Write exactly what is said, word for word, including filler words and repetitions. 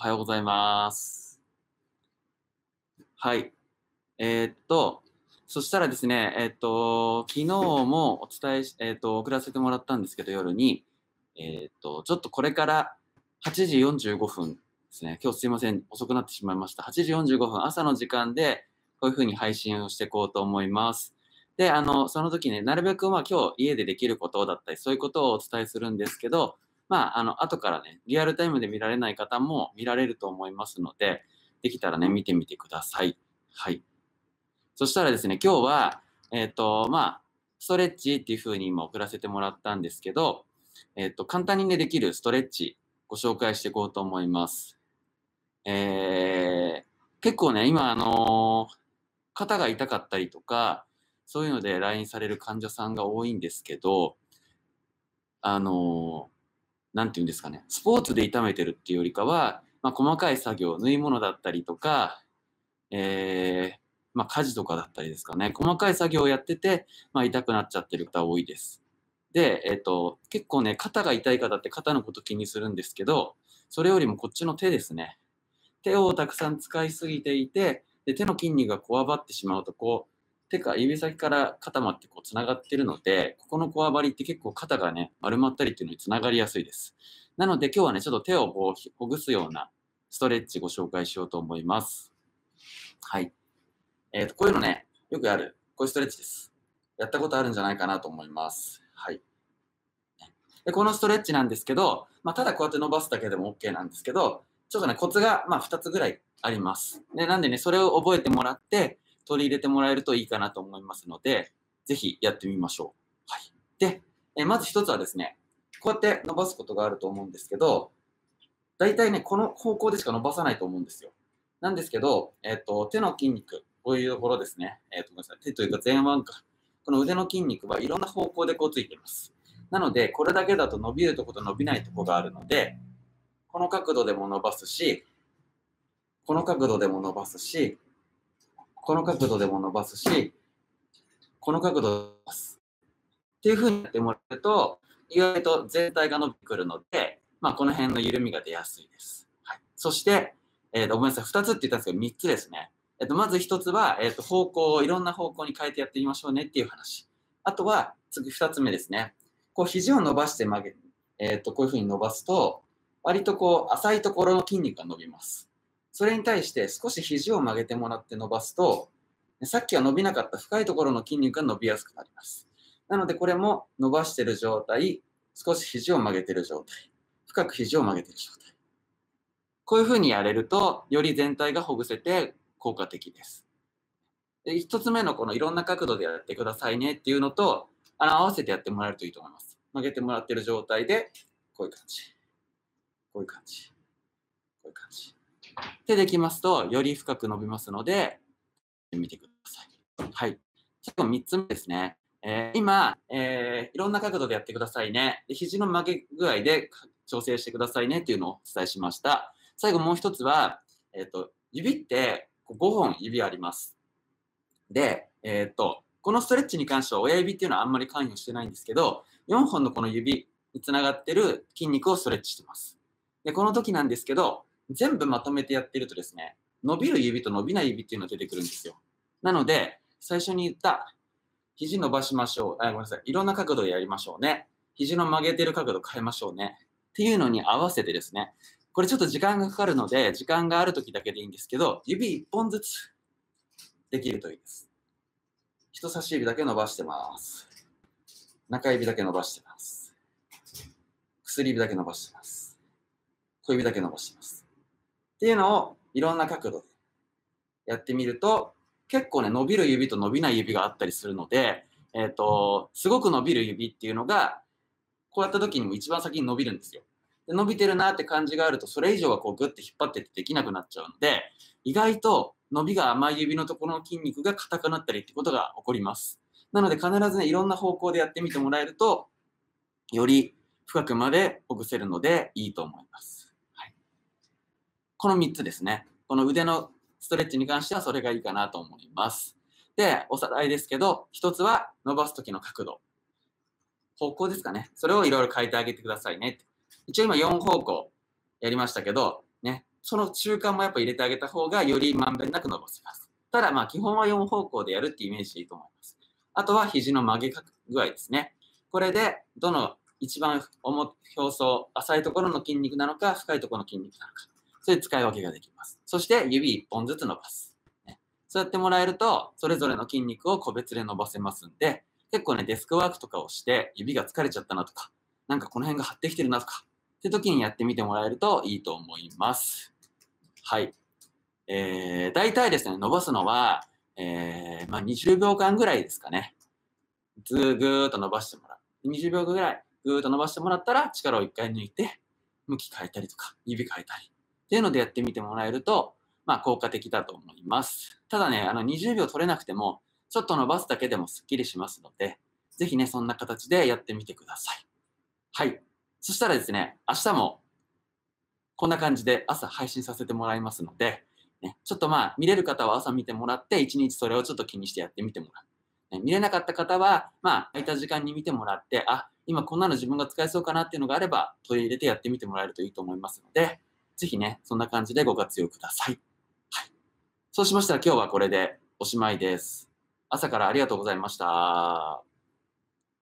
はようございます。はい。えーっと、そしたらですね、えーっと、昨日もお伝えし、えーっと、送らせてもらったんですけど、夜に、えーっと、ちょっとこれからはちじよんじゅうごふんですね。今日すいません、遅くなってしまいました。はちじよんじゅうごふん、朝の時間で、こういう風に配信をしていこうと思います。で、あの、その時ね、なるべくまあ今日家でできることだったり、そういうことをお伝えするんですけど、まあ、あの、後からね、リアルタイムで見られない方も見られると思いますので、できたらね、見てみてください。はい。そしたらですね、今日は、えっ、と、まあ、ストレッチっていう風に今送らせてもらったんですけど、えっ、と、簡単にね、できるストレッチ、ご紹介していこうと思います。えー、結構ね、今、あのー肩が痛かったりとか、そういうので来院される患者さんが多いんですけど、あのーなんていうんですかね、スポーツで痛めてるっていうよりかは、まあ、細かい作業、縫い物だったりとか、えー、まあ、家事とかだったりですかね、細かい作業をやってて、まあ、痛くなっちゃってる方多いです。で、えっと、結構ね、肩が痛い方って肩のこと気にするんですけど、それよりもこっちの手ですね。手をたくさん使いすぎていて、で手の筋肉がこわばってしまうと、こう、手か指先から肩までこう繋がってるので、ここのこわばりって結構肩がね、丸まったりっていうのに繋がりやすいです。なので今日はね、ちょっと手をこうほぐすようなストレッチご紹介しようと思います。はい。えっと、こういうのね、よくある、こういうストレッチです。やったことあるんじゃないかなと思います。はい。で、このストレッチなんですけど、まあ、ただこうやって伸ばすだけでも OK なんですけど、ちょっとね、コツが、まあ、ふたつぐらいあります。で、なんでね、それを覚えてもらって、取り入れてもらえるといいかなと思いますので、ぜひやってみましょう。はい。で、えまず一つはですね、こうやって伸ばすことがあると思うんですけど、大体ね、この方向でしか伸ばさないと思うんですよ。なんですけど、えっと、手の筋肉、こういうところですね。えっと、ごめんなさい。手というか前腕か。この腕の筋肉はいろんな方向でこうついています。なので、これだけだと伸びるところと伸びないところがあるので、この角度でも伸ばすし、この角度でも伸ばすし、この角度でも伸ばすし、この角度で伸ばす。っていう風にやってもらうと、意外と全体が伸びてくるので、まあ、この辺の緩みが出やすいです。はい。そして、えっ、と、ごめんなさい。二つって言ったんですけど、三つですね。えっ、と、まず一つは、えっ、と、方向をいろんな方向に変えてやってみましょうねっていう話。あとは、次二つ目ですね。こう、肘を伸ばして曲げる。えっ、と、こういう風に伸ばすと、割とこう、浅いところの筋肉が伸びます。それに対して少し肘を曲げてもらって伸ばすと、さっきは伸びなかった深いところの筋肉が伸びやすくなります。なのでこれも伸ばしている状態、少し肘を曲げている状態、深く肘を曲げている状態。こういう風にやれると、より全体がほぐせて効果的です。で、一つ目のこのいろんな角度でやってくださいねっていうのと、あの、合わせてやってもらえるといいと思います。曲げてもらっている状態で、こういう感じ。こういう感じ。こういう感じ。でできますと、より深く伸びますので、見てください。はい。最後みっつめですね。えー、今、えー、いろんな角度でやってくださいね。で肘の曲げ具合で調整してくださいねっていうのをお伝えしました。最後もう一つは、えっ、ー、と、指ってごほん指あります。で、えっ、ー、と、このストレッチに関しては親指っていうのはあんまり関与してないんですけど、よんほんのこの指につながってる筋肉をストレッチしてます。で、この時なんですけど、全部まとめてやってるとですね、伸びる指と伸びない指っていうのが出てくるんですよ。なので、最初に言った、肘伸ばしましょう。あ、ごめんなさい。いろんな角度でやりましょうね。肘の曲げてる角度変えましょうね。っていうのに合わせてですね、これちょっと時間がかかるので、時間がある時だけでいいんですけど、指いっぽんずつできるといいです。人差し指だけ伸ばしてます。中指だけ伸ばしてます。薬指だけ伸ばしてます。小指だけ伸ばしてます。っていうのをいろんな角度でやってみると、結構ね、伸びる指と伸びない指があったりするので、えっと、すごく伸びる指っていうのが、こうやった時にも一番先に伸びるんですよ。で伸びてるなって感じがあると、それ以上はこうグッて引っ張ってってできなくなっちゃうので、意外と伸びが甘い指のところの筋肉が硬くなったりってことが起こります。なので必ずね、いろんな方向でやってみてもらえると、より深くまでほぐせるのでいいと思います。はい、このみっつですね。この腕のストレッチに関してはそれがいいかなと思います。で、おさらいですけど、一つは伸ばす時の角度。方向ですかね。それをいろいろ変えてあげてくださいね。一応今よん方向やりましたけど、ね、 その中間もやっぱ入れてあげた方がよりまんべんなく伸ばせます。ただまあ基本はよん方向でやるっていうイメージでいいと思います。あとは肘の曲げ具合ですね。これでどの一番表層、浅いところの筋肉なのか、深いところの筋肉なのか、そういう使い分けができます。そして指いっぽんずつ伸ばす。ね、そうやってもらえると、それぞれの筋肉を個別で伸ばせますんで、結構ね、デスクワークとかをして指が疲れちゃったなとか、なんかこの辺が張ってきてるなとか、って時にやってみてもらえるといいと思います。はい。えー、大体ですね、伸ばすのは、えー、まあ、にじゅうびょうかんぐらいですかね。ずーぐーっと伸ばしてもらう。にじゅうびょうぐらいぐーっと伸ばしてもらったら力をいっかい抜いて、向き変えたりとか、指変えたり。っていうのでやってみてもらえると、まあ効果的だと思います。ただね、あのにじゅうびょう取れなくても、ちょっと伸ばすだけでもスッキリしますので、ぜひね、そんな形でやってみてください。はい。そしたらですね、明日もこんな感じで朝配信させてもらいますので、ね、ちょっとまあ見れる方は朝見てもらって、いちにちそれをちょっと気にしてやってみてもらう。ね、見れなかった方は、まあ空いた時間に見てもらって、あ、今こんなの自分が使えそうかなっていうのがあれば、取り入れてやってみてもらえるといいと思いますので、ぜひね、そんな感じでご活用ください。はい。そうしましたら今日はこれでおしまいです。朝からありがとうございました。